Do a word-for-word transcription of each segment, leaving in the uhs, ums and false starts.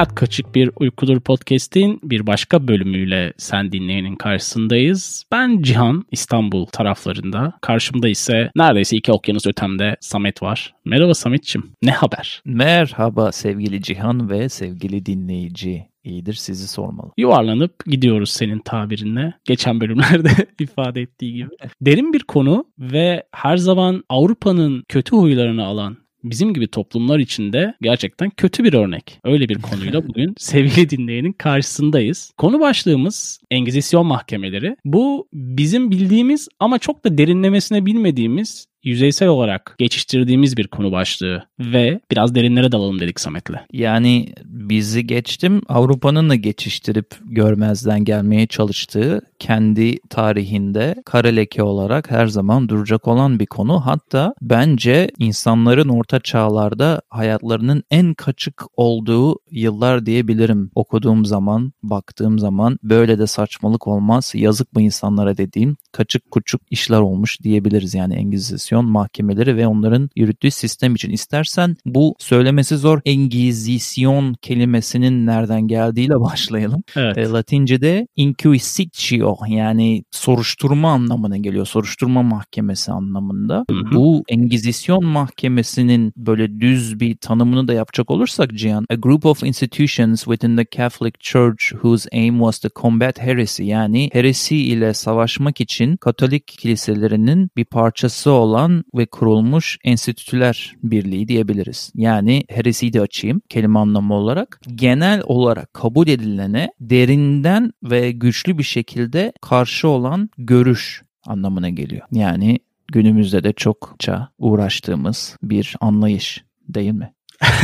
Hayat Kaçık Bir Uykudur Podcast'in bir başka bölümüyle sen dinleyenin karşısındayız. Ben Cihan, İstanbul taraflarında. Karşımda ise neredeyse iki okyanus ötemde Samet var. Merhaba Samet'ciğim, ne haber? Merhaba sevgili Cihan ve sevgili dinleyici. İyidir, sizi sormalı. Yuvarlanıp gidiyoruz senin tabirinle. Geçen bölümlerde ifade ettiği gibi. Derin bir konu ve her zaman Avrupa'nın kötü huylarını alan bizim gibi toplumlar içinde gerçekten kötü bir örnek. Öyle bir konuyla bugün sevgili dinleyenin karşısındayız. Konu başlığımız Engizisyon mahkemeleri. Bu bizim bildiğimiz ama çok da derinlemesine bilmediğimiz, yüzeysel olarak geçiştirdiğimiz bir konu başlığı ve biraz derinlere dalalım dedik Samet'le. Yani bizi geçtim, Avrupa'nın da geçiştirip görmezden gelmeye çalıştığı kendi tarihinde kara leke olarak her zaman duracak olan bir konu. Hatta bence insanların orta çağlarda hayatlarının en kaçık olduğu yıllar diyebilirim. Okuduğum zaman, baktığım zaman böyle de saçmalık olmaz, yazık bu insanlara dediğim kaçık kuçuk işler olmuş diyebiliriz yani Engizisyon mahkemeleri ve onların yürüttüğü sistem için. İstersen bu söylemesi zor Engizisyon kelimesinin nereden geldiğiyle başlayalım. Evet. E, Latince'de inquisitio yani soruşturma anlamına geliyor. Soruşturma mahkemesi anlamında. Hı hı. Bu Engizisyon mahkemesinin böyle düz bir tanımını da yapacak olursak Cihan, a group of institutions within the Catholic Church whose aim was to combat heresy yani heresi ile savaşmak için Katolik kiliselerinin bir parçası olan ve kurulmuş enstitüler birliği diyebiliriz. Yani heresiyi de açayım kelime anlamı olarak. Genel olarak kabul edilene derinden ve güçlü bir şekilde karşı olan görüş anlamına geliyor. Yani günümüzde de çokça uğraştığımız bir anlayış değil mi?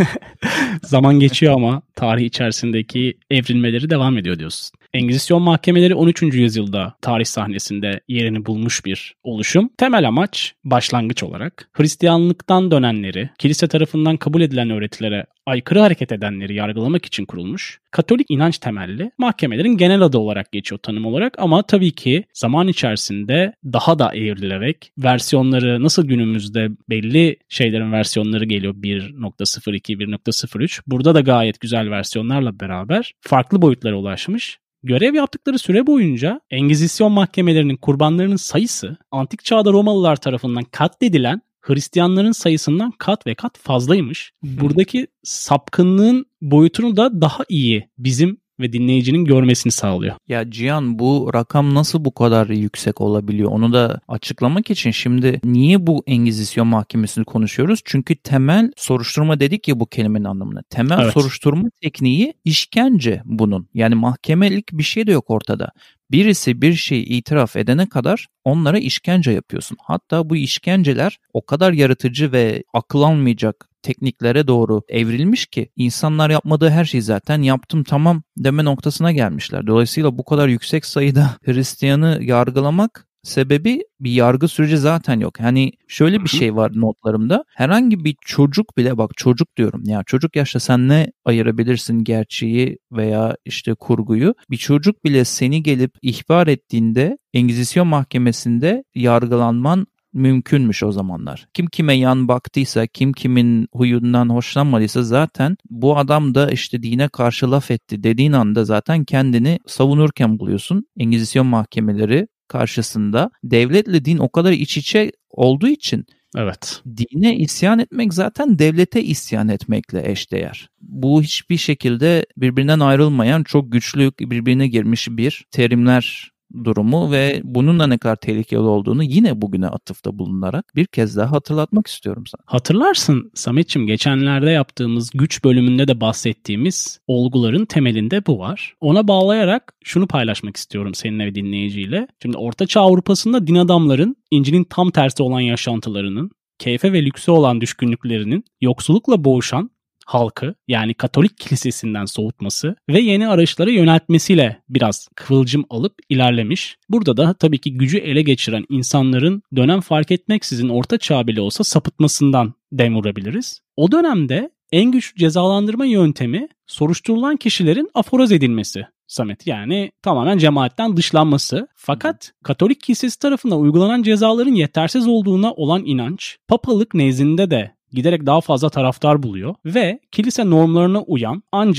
Zaman geçiyor ama tarih içerisindeki evrilmeleri devam ediyor diyorsun. Engizisyon mahkemeleri on üçüncü yüzyılda tarih sahnesinde yerini bulmuş bir oluşum. Temel amaç başlangıç olarak Hristiyanlıktan dönenleri, kilise tarafından kabul edilen öğretilere aykırı hareket edenleri yargılamak için kurulmuş Katolik inanç temelli mahkemelerin genel adı olarak geçiyor tanım olarak ama tabii ki zaman içerisinde daha da evrilerek versiyonları nasıl günümüzde belli şeylerin versiyonları geliyor bir nokta sıfır iki, bir nokta sıfır üç burada da gayet güzel versiyonlarla beraber farklı boyutlara ulaşmış. Görev yaptıkları süre boyunca Engizisyon mahkemelerinin kurbanlarının sayısı antik çağda Romalılar tarafından katledilen Hristiyanların sayısından kat ve kat fazlaymış. Buradaki sapkınlığın boyutunu da daha iyi bizim ve dinleyicinin görmesini sağlıyor. Ya Cihan, bu rakam nasıl bu kadar yüksek olabiliyor? Onu da açıklamak için şimdi niye bu Engizisyon mahkemesini konuşuyoruz? Çünkü temel soruşturma dedik ya bu kelimenin anlamına. Temel evet. Soruşturma tekniği işkence bunun. Yani mahkemelik bir şey de yok ortada. Birisi bir şeyi itiraf edene kadar onlara işkence yapıyorsun. Hatta bu işkenceler o kadar yaratıcı ve akıl almayacak tekniklere doğru evrilmiş ki insanlar yapmadığı her şeyi zaten yaptım tamam deme noktasına gelmişler. Dolayısıyla bu kadar yüksek sayıda Hristiyanı yargılamak sebebi bir yargı süreci zaten yok. Hani şöyle bir şey var notlarımda. Herhangi bir çocuk bile, bak çocuk diyorum ya, çocuk yaşta sen ne ayırabilirsin gerçeği veya işte kurguyu? Bir çocuk bile seni gelip ihbar ettiğinde Engizisyon mahkemesinde yargılanman mümkünmüş o zamanlar. Kim kime yan baktıysa, kim kimin huyundan hoşlanmadıysa zaten bu adam da işte dine karşı laf etti dediğin anda zaten kendini savunurken buluyorsun. Engizisyon mahkemeleri karşısında devletle din o kadar iç içe olduğu için evet. Dine isyan etmek zaten devlete isyan etmekle eşdeğer. Bu hiçbir şekilde birbirinden ayrılmayan çok güçlü birbirine girmiş bir terimler durumu ve bunun da ne kadar tehlikeli olduğunu yine bugüne atıfta bulunarak bir kez daha hatırlatmak istiyorum sana. Hatırlarsın Samet'ciğim, geçenlerde yaptığımız güç bölümünde de bahsettiğimiz olguların temelinde bu var. Ona bağlayarak şunu paylaşmak istiyorum seninle ve dinleyiciyle. Şimdi Ortaçağ Avrupa'sında din adamların İncil'in tam tersi olan yaşantılarının, keyfe ve lükse olan düşkünlüklerinin, yoksullukla boğuşan halkı yani Katolik kilisesinden soğutması ve yeni arayışlara yöneltmesiyle biraz kıvılcım alıp ilerlemiş. Burada da tabii ki gücü ele geçiren insanların dönem fark etmeksizin orta çağ bile olsa sapıtmasından dem vurabiliriz. O dönemde en güçlü cezalandırma yöntemi soruşturulan kişilerin aforoz edilmesi. Samet, yani tamamen cemaatten dışlanması. Fakat Katolik kilisesi tarafından uygulanan cezaların yetersiz olduğuna olan inanç, papalık nezdinde de giderek daha fazla taraftar buluyor ve kilise normlarına uyan ancak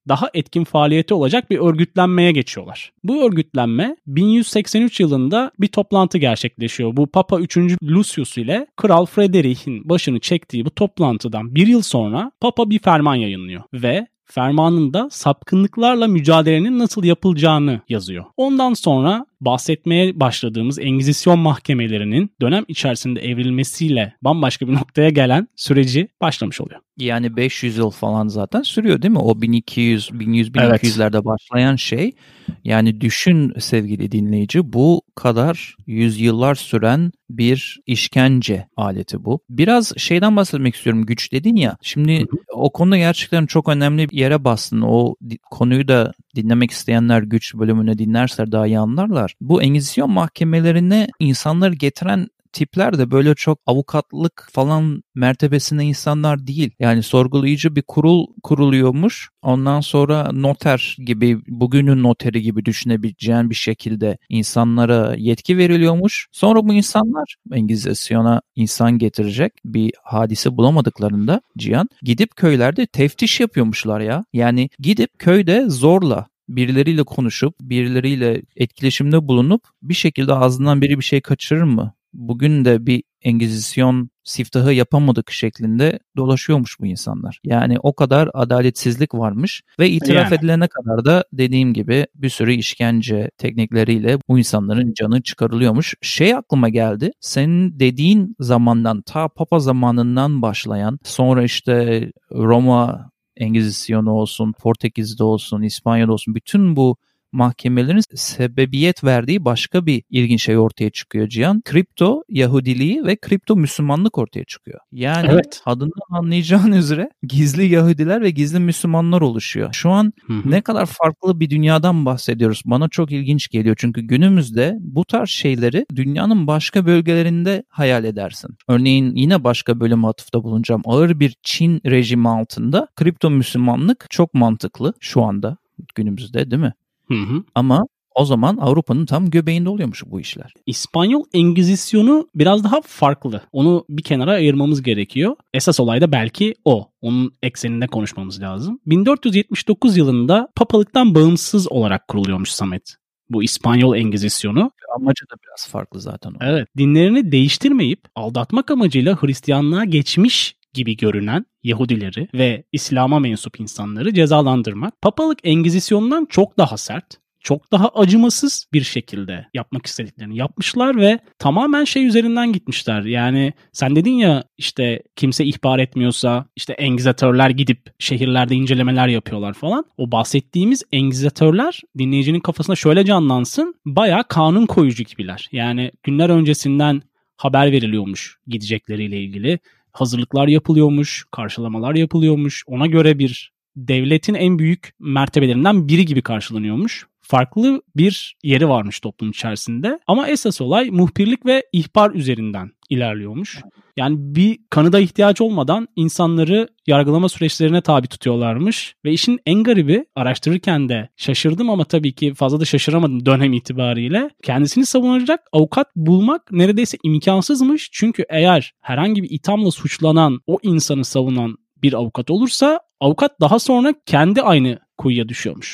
daha etkin faaliyeti olacak bir örgütlenmeye geçiyorlar. Bu örgütlenme bin yüz seksen üç yılında bir toplantı gerçekleşiyor. Bu Papa üçüncü Lucius ile Kral Frederick'in başını çektiği bu toplantıdan bir yıl sonra Papa bir ferman yayınlıyor ve fermanında sapkınlıklarla mücadelenin nasıl yapılacağını yazıyor. Ondan sonra bahsetmeye başladığımız Engizisyon mahkemelerinin dönem içerisinde evrilmesiyle bambaşka bir noktaya gelen süreci başlamış oluyor. Yani beş yüz yıl falan zaten sürüyor değil mi? O bin iki yüz, bin yüz, bin iki yüzlerde evet. başlayan şey. Yani düşün sevgili dinleyici, bu kadar yüzyıllar süren bir işkence aleti bu. Biraz şeyden bahsetmek istiyorum, güç dedin ya. Şimdi hı hı. o konuda gerçekten çok önemli bir yere bastın. O konuyu da dinlemek isteyenler güç bölümünü dinlerse daha iyi anlarlar. Bu Engizisyon mahkemelerine insanları getiren tipler de böyle çok avukatlık falan mertebesinde insanlar değil. Yani sorgulayıcı bir kurul kuruluyormuş. Ondan sonra noter gibi, bugünün noteri gibi düşünebileceğin bir şekilde insanlara yetki veriliyormuş. Sonra bu insanlar Engizisyon'a insan getirecek bir hadise bulamadıklarında Cihan gidip köylerde teftiş yapıyormuşlar ya. Yani gidip köyde zorla birileriyle konuşup, birileriyle etkileşimde bulunup bir şekilde ağzından biri bir şey kaçırır mı? Bugün de bir Engizisyon siftahı yapamadık şeklinde dolaşıyormuş bu insanlar. Yani o kadar adaletsizlik varmış ve itiraf yani. edilene kadar da dediğim gibi bir sürü işkence teknikleriyle bu insanların canı çıkarılıyormuş. Şey aklıma geldi, senin dediğin zamandan, ta Papa zamanından başlayan, sonra işte Roma Engizisyonu olsun, Portekiz'de olsun, İspanya'da olsun, bütün bu mahkemelerin sebebiyet verdiği başka bir ilginç şey ortaya çıkıyor Cihan. Kripto Yahudiliği ve kripto Müslümanlık ortaya çıkıyor. Yani evet. adından anlayacağın üzere gizli Yahudiler ve gizli Müslümanlar oluşuyor. Şu an hı hı. ne kadar farklı bir dünyadan bahsediyoruz. Bana çok ilginç geliyor. Çünkü günümüzde bu tarz şeyleri dünyanın başka bölgelerinde hayal edersin. Örneğin yine başka bölüme atıfta bulunacağım. Ağır bir Çin rejimi altında kripto Müslümanlık çok mantıklı şu anda günümüzde, değil mi? Hı hı. Ama o zaman Avrupa'nın tam göbeğinde oluyormuş bu işler. İspanyol Engizisyonu biraz daha farklı. Onu bir kenara ayırmamız gerekiyor. Esas olay da belki o. Onun ekseninde konuşmamız lazım. bin dört yüz yetmiş dokuz yılında papalıktan bağımsız olarak kuruluyormuş Samet. Bu İspanyol Engizisyonu. Amacı da biraz farklı zaten. O. Evet. Dinlerini değiştirmeyip aldatmak amacıyla Hristiyanlığa geçmiş gibi görünen Yahudileri ve İslam'a mensup insanları cezalandırmak, papalık Engizisyonundan çok daha sert, çok daha acımasız bir şekilde yapmak istediklerini yapmışlar ve tamamen şey üzerinden gitmişler. Yani sen dedin ya, işte kimse ihbar etmiyorsa işte engizatörler gidip şehirlerde incelemeler yapıyorlar falan. O bahsettiğimiz engizatörler dinleyicinin kafasına şöyle canlansın, bayağı kanun koyucu gibiler. Yani günler öncesinden haber veriliyormuş gidecekleriyle ilgili. Hazırlıklar yapılıyormuş, karşılamalar yapılıyormuş. Ona göre bir devletin en büyük mertebelerinden biri gibi karşılanıyormuş. Farklı bir yeri varmış toplum içerisinde. Ama esas olay muhbirlik ve ihbar üzerinden ilerliyormuş. Yani bir kanıda ihtiyaç olmadan insanları yargılama süreçlerine tabi tutuyorlarmış. Ve işin en garibi, araştırırken de şaşırdım ama tabii ki fazla da şaşıramadım dönem itibariyle. Kendisini savunacak avukat bulmak neredeyse imkansızmış. Çünkü eğer herhangi bir ithamla suçlanan, o insanı savunan bir avukat olursa avukat daha sonra kendi aynı kuyuya düşüyormuş.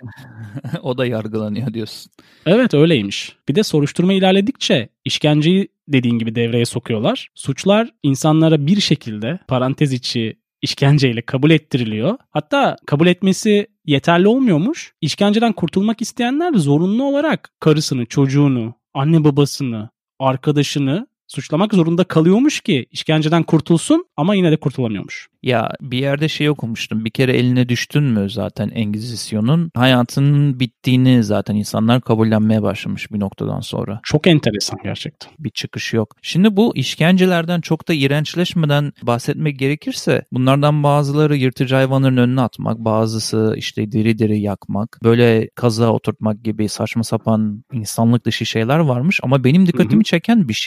O da yargılanıyor diyorsun. Evet, öyleymiş. Bir de soruşturma ilerledikçe işkenceyi dediğin gibi devreye sokuyorlar. Suçlar insanlara bir şekilde parantez içi işkenceyle kabul ettiriliyor. Hatta kabul etmesi yeterli olmuyormuş. İşkenceden kurtulmak isteyenler zorunlu olarak karısını, çocuğunu, anne babasını, arkadaşını suçlamak zorunda kalıyormuş ki işkenceden kurtulsun, ama yine de kurtulamıyormuş. Ya bir yerde şey okumuştum. Bir kere eline düştün mü zaten Engizisyon'un hayatının bittiğini zaten insanlar kabullenmeye başlamış bir noktadan sonra. Çok enteresan gerçekten. Bir çıkış yok. Şimdi bu işkencelerden çok da iğrençleşmeden bahsetmek gerekirse bunlardan bazıları yırtıcı hayvanların önüne atmak, bazısı işte diri diri yakmak, böyle kazığa oturtmak gibi saçma sapan insanlık dışı şeyler varmış. Ama benim dikkatimi Hı-hı. çeken bir şey var.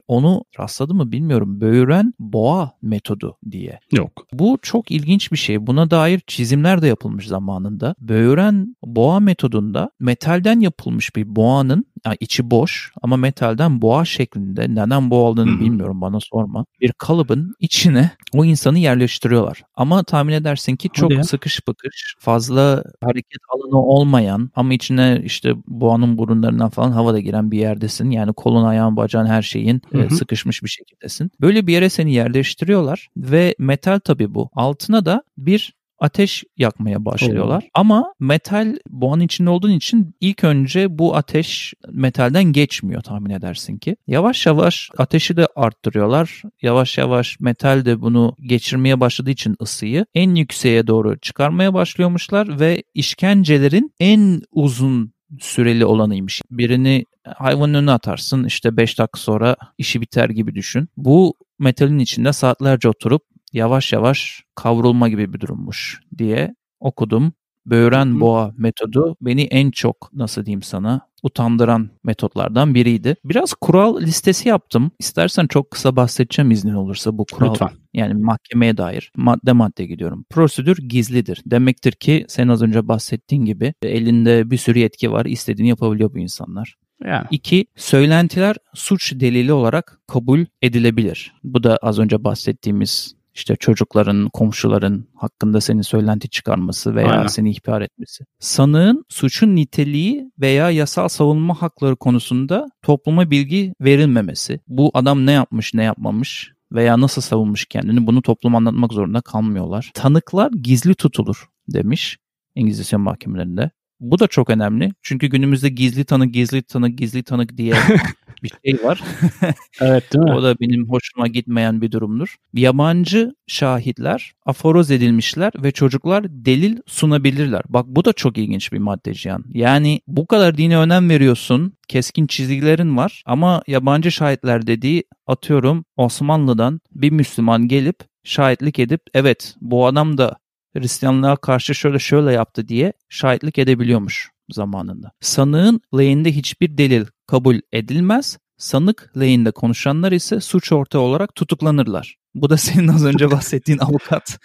Onu rastladı mı bilmiyorum. Böğüren boğa metodu diye. Yok. Bu çok ilginç bir şey. Buna dair çizimler de yapılmış zamanında. Böğüren boğa metodunda metalden yapılmış bir boğanın, yani içi boş ama metalden boğa şeklinde, neden boğa olduğunu hmm. bilmiyorum, bana sorma, bir kalıbın içine o insanı yerleştiriyorlar. Ama tahmin edersin ki çok Hadi sıkış pıkış, fazla hareket alanı olmayan ama içine işte boğanın burunlarından falan hava da giren bir yerdesin. Yani kolun, ayağın, bacağın, her şeyin e, sıkışmış bir şekildesin. Böyle bir yere seni yerleştiriyorlar ve metal tabii bu. Altına da bir ateş yakmaya başlıyorlar. Oo. Ama metal boğanın içinde olduğun için ilk önce bu ateş metalden geçmiyor, tahmin edersin ki. Yavaş yavaş ateşi de arttırıyorlar. Yavaş yavaş metal de bunu geçirmeye başladığı için ısıyı en yükseğe doğru çıkarmaya başlıyormuşlar ve işkencelerin en uzun süreli olanıymış. Birini hayvanın önüne atarsın, işte beş dakika sonra işi biter gibi düşün. Bu metalin içinde saatlerce oturup yavaş yavaş kavrulma gibi bir durummuş diye okudum. Böğüren boğa metodu beni en çok, nasıl diyeyim sana, utandıran metotlardan biriydi. Biraz kural listesi yaptım. İstersen çok kısa bahsedeceğim, iznin olursa bu kural. Lütfen. Yani mahkemeye dair madde madde gidiyorum. Prosedür gizlidir. Demektir ki sen az önce bahsettiğin gibi elinde bir sürü yetki var. İstediğini yapabiliyor bu insanlar. Yani. İki, söylentiler suç delili olarak kabul edilebilir. Bu da az önce bahsettiğimiz İşte çocukların, komşuların hakkında senin söylenti çıkarması veya Aynen. seni ihbar etmesi. Sanığın suçun niteliği veya yasal savunma hakları konusunda topluma bilgi verilmemesi. Bu adam ne yapmış, ne yapmamış veya nasıl savunmuş kendini, bunu topluma anlatmak zorunda kalmıyorlar. Tanıklar gizli tutulur demiş Engizisyon mahkemelerinde. Bu da çok önemli. Çünkü günümüzde gizli tanık, gizli tanık, gizli tanık diye bir şey var. Evet, değil mi? O da benim hoşuma gitmeyen bir durumdur. Yabancı şahitler aforoz edilmişler ve çocuklar delil sunabilirler. Bak, bu da çok ilginç bir madde Cihan. Yani bu kadar dine önem veriyorsun, keskin çizgilerin var ama yabancı şahitler dediği, atıyorum Osmanlı'dan bir Müslüman gelip şahitlik edip evet bu adam da Hristiyanlığa karşı şöyle şöyle yaptı diye şahitlik edebiliyormuş zamanında. Sanığın lehinde hiçbir delil kabul edilmez. Sanık lehinde konuşanlar ise suç ortağı olarak tutuklanırlar. Bu da senin az önce bahsettiğin avukat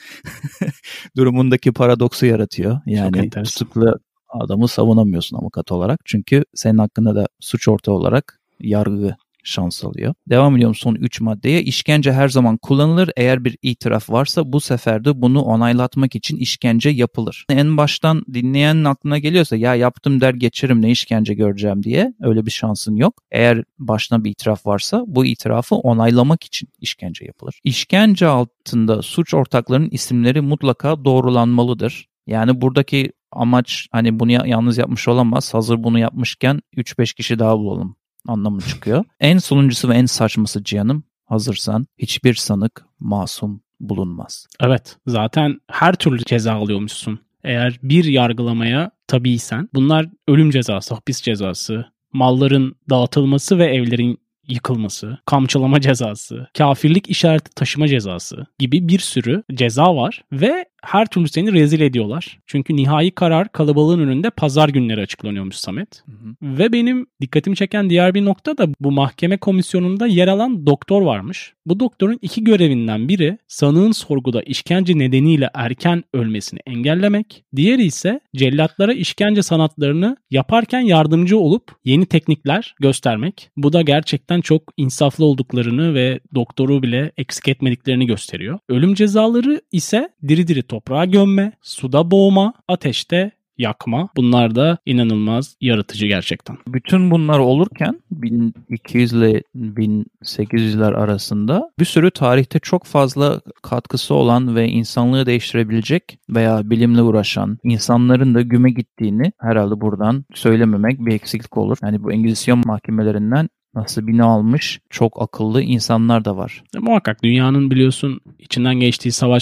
durumundaki paradoksu yaratıyor. Yani tutuklu adamı savunamıyorsun avukat olarak. Çünkü senin hakkında da suç ortağı olarak yargı şans alıyor. Devam ediyorum son üç maddeye. İşkence her zaman kullanılır. Eğer bir itiraf varsa bu sefer de bunu onaylatmak için işkence yapılır. En baştan dinleyenin aklına geliyorsa ya yaptım der geçerim, ne işkence göreceğim diye, öyle bir şansın yok. Eğer başına bir itiraf varsa bu itirafı onaylamak için işkence yapılır. İşkence altında suç ortaklarının isimleri mutlaka doğrulanmalıdır. Yani buradaki amaç hani bunu yalnız yapmış olamaz. Hazır bunu yapmışken üç beş kişi daha bulalım anlamı çıkıyor. En sonuncusu ve en saçması Cihan'ım, hazırsan, hiçbir sanık masum bulunmaz. Evet, zaten her türlü ceza alıyormuşsun. Eğer bir yargılamaya tabiysen, bunlar ölüm cezası, hapis cezası, malların dağıtılması ve evlerin yıkılması, kamçılama cezası, kafirlik işareti taşıma cezası gibi bir sürü ceza var ve her türlü seni rezil ediyorlar. Çünkü nihai karar kalabalığın önünde pazar günleri açıklanıyormuş Samet. Hı hı. Ve benim dikkatimi çeken diğer bir nokta da bu mahkeme komisyonunda yer alan doktor varmış. Bu doktorun iki görevinden biri sanığın sorguda işkence nedeniyle erken ölmesini engellemek, diğeri ise cellatlara işkence sanatlarını yaparken yardımcı olup yeni teknikler göstermek. Bu da gerçekten çok insaflı olduklarını ve doktoru bile eksik etmediklerini gösteriyor. Ölüm cezaları ise diri diri toprağa gömme, suda boğma, ateşte yakma. Bunlar da inanılmaz yaratıcı gerçekten. Bütün bunlar olurken bin iki yüz ile bin sekiz yüzler arasında bir sürü tarihte çok fazla katkısı olan ve insanlığı değiştirebilecek veya bilimle uğraşan insanların da güme gittiğini herhalde buradan söylememek bir eksiklik olur. Yani bu Engizisyon mahkemelerinden nasibini almış çok akıllı insanlar da var. E, muhakkak dünyanın biliyorsun içinden geçtiği savaşlar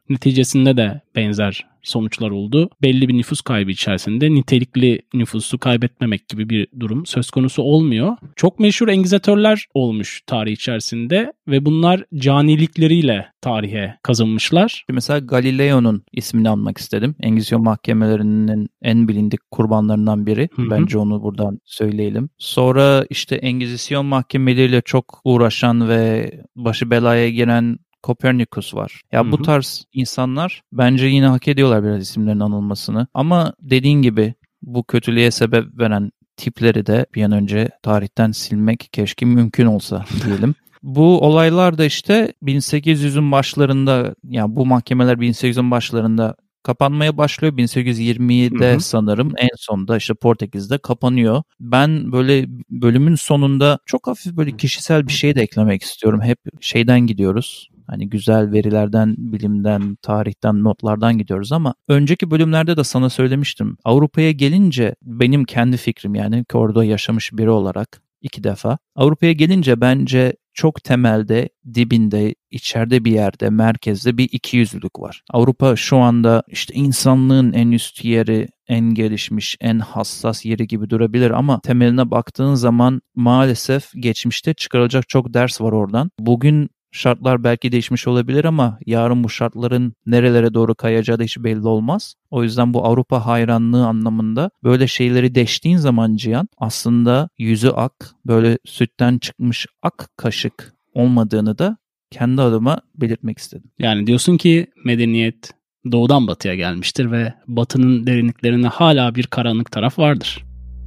neticesinde de benzer sonuçlar oldu. Belli bir nüfus kaybı içerisinde nitelikli nüfusu kaybetmemek gibi bir durum söz konusu olmuyor. Çok meşhur engizatörler olmuş tarih içerisinde ve bunlar canilikleriyle tarihe kazınmışlar. Mesela Galileo'nun ismini almak istedim. Engizisyon mahkemelerinin en bilindik kurbanlarından biri. Hı hı. Bence onu buradan söyleyelim. Sonra işte Engizisyon mahkemeleriyle çok uğraşan ve başı belaya giren Kopernikus var. Ya hı hı. Bu tarz insanlar bence yine hak ediyorlar biraz isimlerin anılmasını. Ama dediğin gibi bu kötülüğe sebep veren tipleri de bir an önce tarihten silmek keşke mümkün olsa diyelim. Bu olaylar da işte bin sekiz yüzün başlarında, yani bu mahkemeler bin sekiz yüzün başlarında kapanmaya başlıyor. bin sekiz yüz yirmide hı hı. sanırım en sonunda işte Portekiz'de kapanıyor. Ben böyle bölümün sonunda çok hafif böyle kişisel bir şey de eklemek istiyorum. Hep şeyden gidiyoruz. Hani güzel verilerden, bilimden, tarihten, notlardan gidiyoruz ama önceki bölümlerde de sana söylemiştim. Avrupa'ya gelince benim kendi fikrim, yani ki orada yaşamış biri olarak iki defa. Avrupa'ya gelince bence çok temelde, dibinde, içeride bir yerde, merkezde bir ikiyüzlülük var. Avrupa şu anda işte insanlığın en üst yeri, en gelişmiş, en hassas yeri gibi durabilir ama temeline baktığın zaman maalesef geçmişte çıkarılacak çok ders var oradan. Bugün şartlar belki değişmiş olabilir ama yarın bu şartların nerelere doğru kayacağı da hiç belli olmaz. O yüzden bu Avrupa hayranlığı anlamında böyle şeyleri deştiğin zaman Cihan, aslında yüzü ak, böyle sütten çıkmış ak kaşık olmadığını da kendi adıma belirtmek istedim. Yani diyorsun ki medeniyet doğudan batıya gelmiştir ve batının derinliklerinde hala bir karanlık taraf vardır.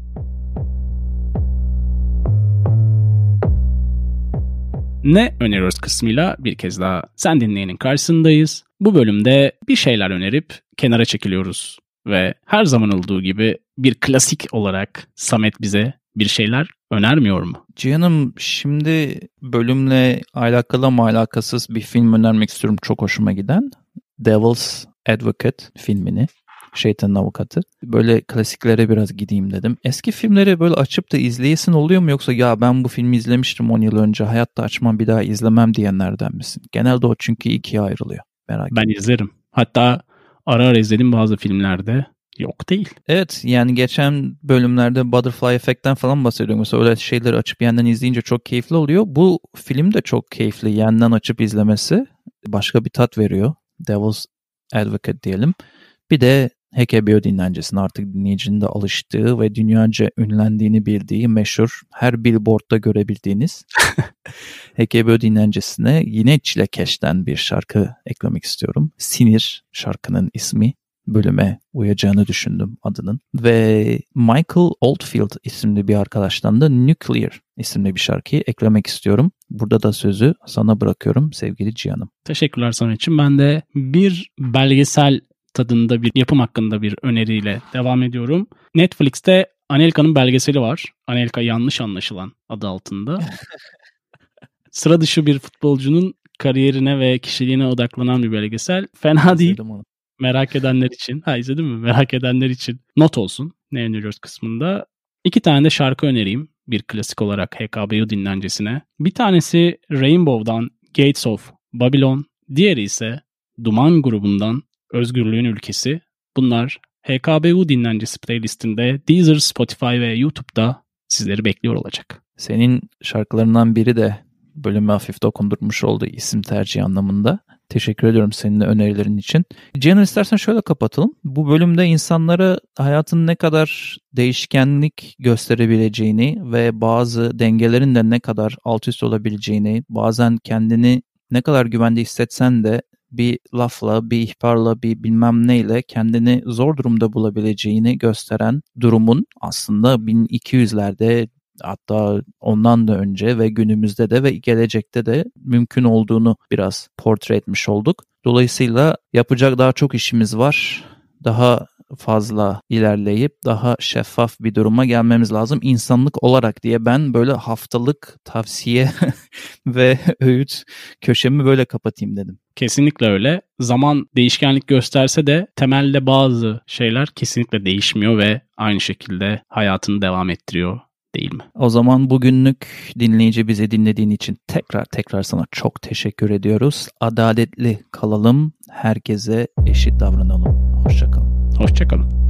Ne öneriyoruz kısmıyla bir kez daha sen dinleyenin karşısındayız. Bu bölümde bir şeyler önerip kenara çekiliyoruz ve her zaman olduğu gibi bir klasik olarak Samet bize bir şeyler önermiyor mu? Cihan'ım, şimdi bölümle alakalı ama alakasız bir film önermek istiyorum, çok hoşuma giden. Devil's Advocate filmini. Şeytanın Avukatı. Böyle klasiklere biraz gideyim dedim. Eski filmleri böyle açıp da izleyesin oluyor mu, yoksa ya ben bu filmi izlemiştim on yıl önce, hayatta açmam bir daha izlemem diyenlerden misin? Genelde o çünkü ikiye ayrılıyor. Merak Ben ettim. izlerim. Hatta ara ara izledim bazı filmlerde. Yok değil. Evet, yani geçen bölümlerde Butterfly Effect'ten falan bahsediyorum. Mesela öyle şeyleri açıp yeniden izleyince çok keyifli oluyor. Bu film de çok keyifli. Yeniden açıp izlemesi başka bir tat veriyor. Devil's Advocate diyelim. Bir de H K B O dinlencesine artık dinleyicinin de alıştığı ve dünyaca ünlendiğini bildiği meşhur, her billboardda görebildiğiniz H K B O dinlencesine yine Çilekeş'ten bir şarkı eklemek istiyorum. Sinir şarkının ismi, bölüme uyacağını düşündüm adının. Ve Michael Oldfield isimli bir arkadaştan da Nuclear isimli bir şarkıyı eklemek istiyorum. Burada da sözü sana bırakıyorum sevgili Cihan'ım. Teşekkürler Samet'ciğim. Ben de bir belgesel tadında bir yapım hakkında bir öneriyle devam ediyorum. Netflix'te Anelka'nın belgeseli var. Anelka Yanlış Anlaşılan adı altında. Sıra dışı bir futbolcunun kariyerine ve kişiliğine odaklanan bir belgesel. Fena değil. Merak edenler için. Ha izledin mi? Merak edenler için not olsun. Ne öneriyoruz kısmında. İki tane de şarkı önereyim. Bir klasik olarak H K B O dinlencesine. Bir tanesi Rainbow'dan Gates of Babylon. Diğeri ise Duman grubundan Özgürlüğün Ülkesi. Bunlar H K B O dinlencesi playlistinde Deezer, Spotify ve YouTube'da sizleri bekliyor olacak. Senin şarkılarından biri de bölüme hafif dokundurmuş oldu isim tercihi anlamında. Teşekkür ediyorum senin önerilerin için. Cihan, istersen şöyle kapatalım. Bu bölümde insanlara hayatın ne kadar değişkenlik gösterebileceğini ve bazı dengelerin de ne kadar alt üst olabileceğini, bazen kendini ne kadar güvende hissetsen de bir lafla, bir ihbarla, bir bilmem neyle kendini zor durumda bulabileceğini gösteren durumun aslında bin iki yüzlerde, hatta ondan da önce ve günümüzde de ve gelecekte de mümkün olduğunu biraz portre etmiş olduk. Dolayısıyla yapacak daha çok işimiz var. Daha fazla ilerleyip daha şeffaf bir duruma gelmemiz lazım insanlık olarak diye ben böyle haftalık tavsiye ve öğüt köşemi böyle kapatayım dedim. Kesinlikle öyle. Zaman değişkenlik gösterse de temelde bazı şeyler kesinlikle değişmiyor ve aynı şekilde hayatını devam ettiriyor değil mi? O zaman bugünlük dinleyici bizi dinlediğin için tekrar tekrar sana çok teşekkür ediyoruz. Adaletli kalalım, herkese eşit davranalım. Hoşça kalın. Hoşça kalın.